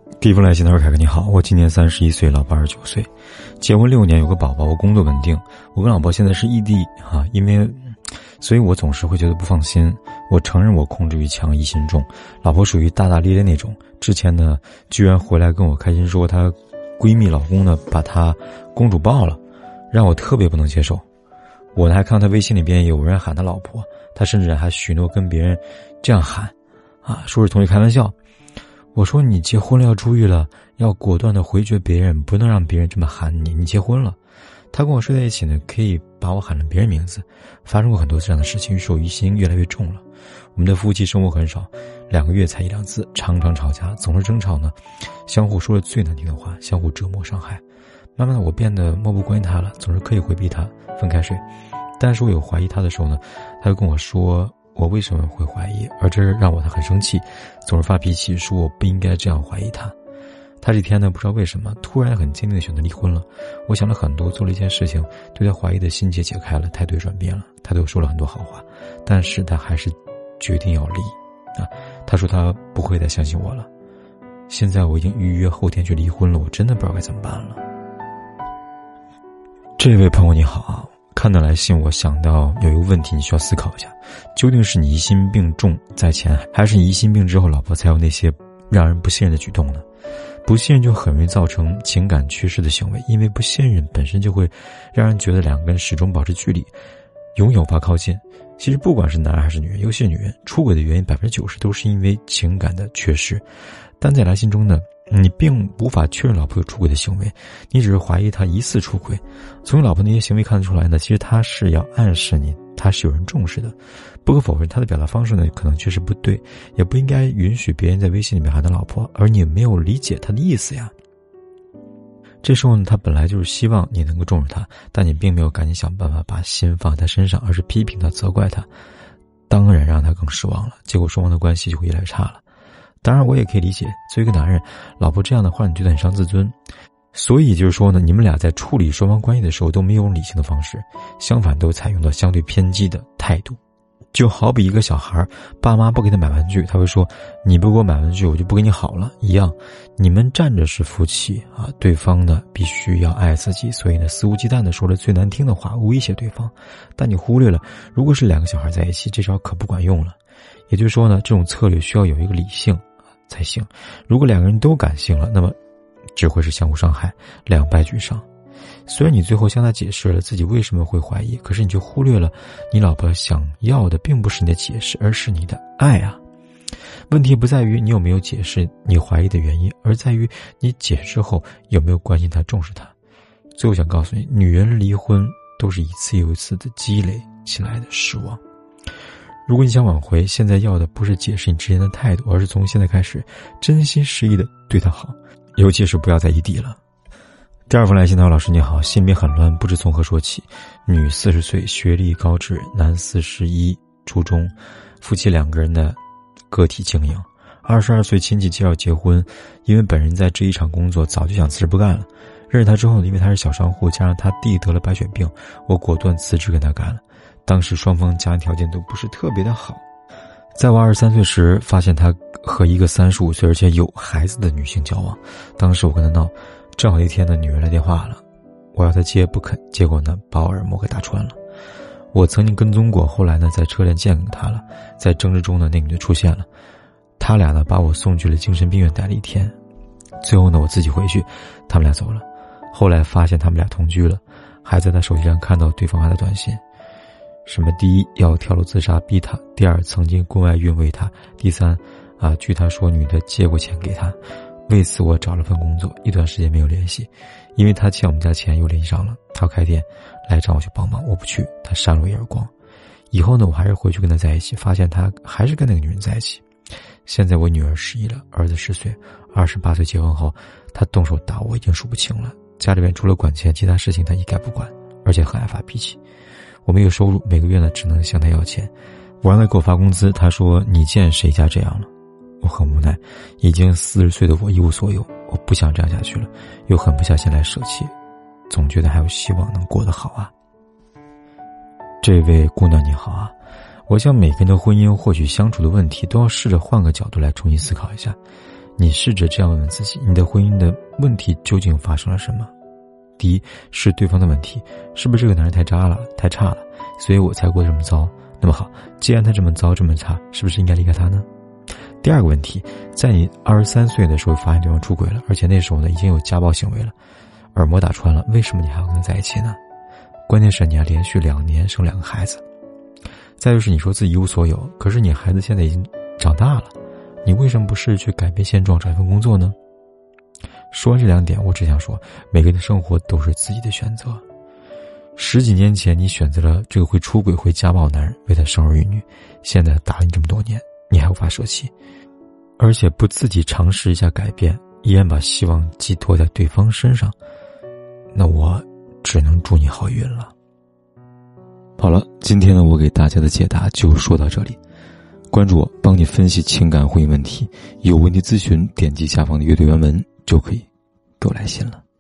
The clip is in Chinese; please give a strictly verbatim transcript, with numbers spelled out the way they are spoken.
第一封来信，他说：凯哥你好，我今年三十一岁，老婆二十九岁，结婚六年，有个宝宝，我工作稳定。我跟老婆现在是异地啊，因为所以我总是会觉得不放心。我承认我控制欲强，疑心重，老婆属于大大咧咧那种。之前呢，居然回来跟我开心说她闺蜜老公呢把她公主抱了，让我特别不能接受。我呢还看到她微信里边有人喊她老婆，她甚至还许诺跟别人这样喊啊，说是同学开玩笑。我说你结婚了要注意了，要果断的回绝别人，不能让别人这么喊你，你结婚了。他跟我睡在一起呢，可以把我喊成别人名字，发生过很多这样的事情，于是我疑心越来越重了。我们的夫妻生活很少，两个月才一两次，常常吵架，总是争吵呢，相互说了最难听的话，相互折磨伤害。慢慢的我变得漠不关心他了，总是可以回避他，分开睡。但是我有怀疑他的时候呢，他就跟我说我为什么会怀疑，而这让我他很生气，总是发脾气，说我不应该这样怀疑他。他这天呢，不知道为什么突然很坚定的选择离婚了。我想了很多，做了一件事情，对他怀疑的心结解开了，态度也转变了。他对我说了很多好话，但是他还是决定要离啊。他说他不会再相信我了。现在我已经预约后天去离婚了，我真的不知道该怎么办了。这位朋友你好啊，看到来信，我想到有一个问题你需要思考一下，究竟是你疑心病重在前，还是你疑心病之后老婆才有那些让人不信任的举动呢？不信任就很容易造成情感缺失的行为，因为不信任本身就会让人觉得两个人始终保持距离，永远无法靠近。其实不管是男人还是女人，尤其是女人，出轨的原因百分之九十都是因为情感的缺失。但在来信中呢，你并无法确认老婆有出轨的行为，你只是怀疑她疑似出轨。从老婆那些行为看得出来呢，其实她是要暗示你她是有人重视的。不可否认，她的表达方式呢可能确实不对，也不应该允许别人在微信里面喊她老婆，而你没有理解她的意思呀。这时候呢，她本来就是希望你能够重视她，但你并没有赶紧想办法把心放在她身上，而是批评她，责怪她，当然让她更失望了，结果双方的关系就会越来越差了。当然我也可以理解，作为一个男人，老婆这样的话你觉得很伤自尊，所以就是说呢，你们俩在处理双方关系的时候都没有用理性的方式，相反都采用了相对偏激的态度。就好比一个小孩，爸妈不给他买玩具，他会说你不给我买玩具我就不跟你好了一样。你们站着是夫妻啊，对方呢必须要爱自己，所以呢肆无忌惮的说了最难听的话，威胁对方。但你忽略了，如果是两个小孩在一起，这招可不管用了。也就是说呢，这种策略需要有一个理性才行。如果两个人都感性了，那么只会是相互伤害，两败俱伤。虽然你最后向他解释了自己为什么会怀疑，可是你就忽略了你老婆想要的并不是你的解释，而是你的爱啊。问题不在于你有没有解释你怀疑的原因，而在于你解释后有没有关心他，重视他。最后想告诉你，女人离婚都是一次又一次的积累起来的失望。如果你想挽回，现在要的不是解释你之前的态度，而是从现在开始真心实意的对他好，尤其是不要再异地了。第二封来信，他说：老师你好，心里很乱，不知从何说起。女四十岁，学历高职，男四十一，初中，夫妻两个人的个体经营。二十二岁亲戚介绍结婚，因为本人在这一场工作早就想辞职不干了。认识他之后，因为他是小商户，加上他弟得了白血病，我果断辞职跟他干了。当时双方家庭条件都不是特别的好。在我二十三岁时，发现他和一个三十五岁而且有孩子的女性交往。当时我跟他闹，正好一天呢，女人来电话了，我要他接不肯，结果呢把我耳膜给打穿了。我曾经跟踪过，后来呢在车站见过他了。在争执中呢，那女的出现了，他俩呢把我送去了精神病院待了一天。最后呢我自己回去，他们俩走了。后来发现他们俩同居了，还在他手机上看到对方发的短信，什么第一要跳楼自杀逼他，第二曾经婚外孕喂他，第三啊，据他说女的借过钱给他。为此我找了份工作，一段时间没有联系，因为他欠我们家钱又联系上了，他要开店来找我去帮忙，我不去，他扇了我一耳光。以后呢我还是回去跟他在一起，发现他还是跟那个女人在一起。现在我女儿十一了，儿子十岁，二十八岁结婚后他动手打我已经数不清了，家里面除了管钱其他事情他一概不管，而且很爱发脾气。我没有收入，每个月呢只能向他要钱，我让他给我发工资，他说你见谁家这样了。我很无奈，已经四十岁的我一无所有，我不想这样下去了，又狠不下心来舍弃，总觉得还有希望能过得好啊。这位姑娘你好啊，我想每个人的婚姻或许相处的问题都要试着换个角度来重新思考一下。 你试着这样问问自己，你的婚姻的问题究竟发生了什么？第一，是对方的问题，是不是这个男人太渣了，太差了，所以我才过得这么糟？那么好，既然他这么糟这么差，是不是应该离开他呢？第二个问题，在你二十三岁的时候发现对方出轨了，而且那时候呢已经有家暴行为了，耳膜打穿了，为什么你还要跟他在一起呢？关键是你还连续两年生两个孩子。再就是你说自己一无所有，可是你孩子现在已经长大了，你为什么不试着去改变现状，找一份工作呢？说完这两点，我只想说，每个人的生活都是自己的选择。十几年前你选择了这个会出轨会家暴的男人，为他生儿育女，现在打了你这么多年，你还无法舍弃，而且不自己尝试一下改变，依然把希望寄托在对方身上，那我只能祝你好运了。好了，今天呢，我给大家的解答就说到这里。关注我，帮你分析情感婚姻问题，有问题咨询，点击下方的阅读原文就可以给我来信了。